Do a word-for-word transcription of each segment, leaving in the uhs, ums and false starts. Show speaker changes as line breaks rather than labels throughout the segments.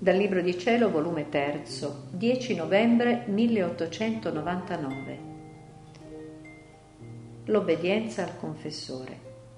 Dal Libro di Cielo, volume terzo, dieci novembre milleottocentonovantanove. L'obbedienza al confessore.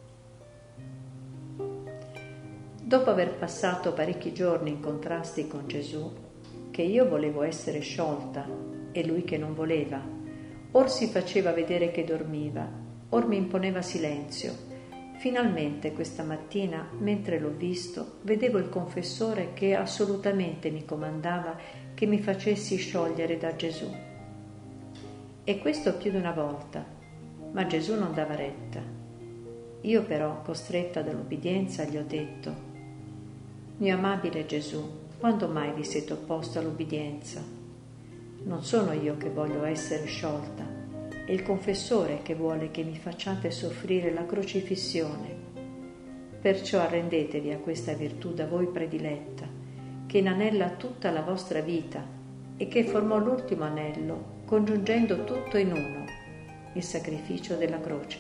Dopo aver passato parecchi giorni in contrasti con Gesù, che io volevo essere sciolta e lui che non voleva, or si faceva vedere che dormiva, or mi imponeva silenzio. Finalmente questa mattina, mentre l'ho visto, vedevo il confessore che assolutamente mi comandava che mi facessi sciogliere da Gesù. E questo più di una volta, ma Gesù non dava retta. Io però, costretta dall'obbedienza, gli ho detto: mio amabile Gesù, quando mai vi siete opposto all'obbedienza? Non sono io che voglio essere sciolta, è il confessore che vuole che mi facciate soffrire la crocifissione. Perciò arrendetevi a questa virtù da voi prediletta, che inanella tutta la vostra vita e che formò l'ultimo anello, congiungendo tutto in uno, il sacrificio della croce.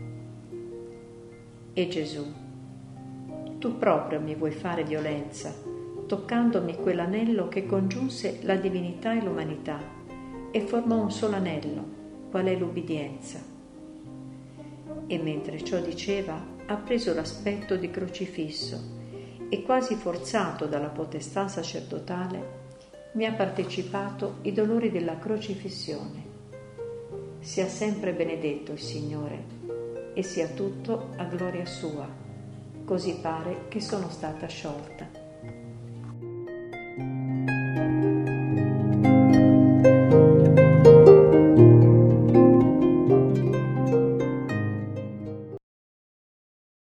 E Gesù, tu proprio mi vuoi fare violenza, toccandomi quell'anello che congiunse la divinità e l'umanità e formò un solo anello, qual è l'ubbidienza. E mentre ciò diceva, ha preso l'aspetto di crocifisso e, quasi forzato dalla potestà sacerdotale, mi ha partecipato i dolori della crocifissione. Sia sempre benedetto il Signore e sia tutto a gloria sua. Così pare che sono stata sciolta.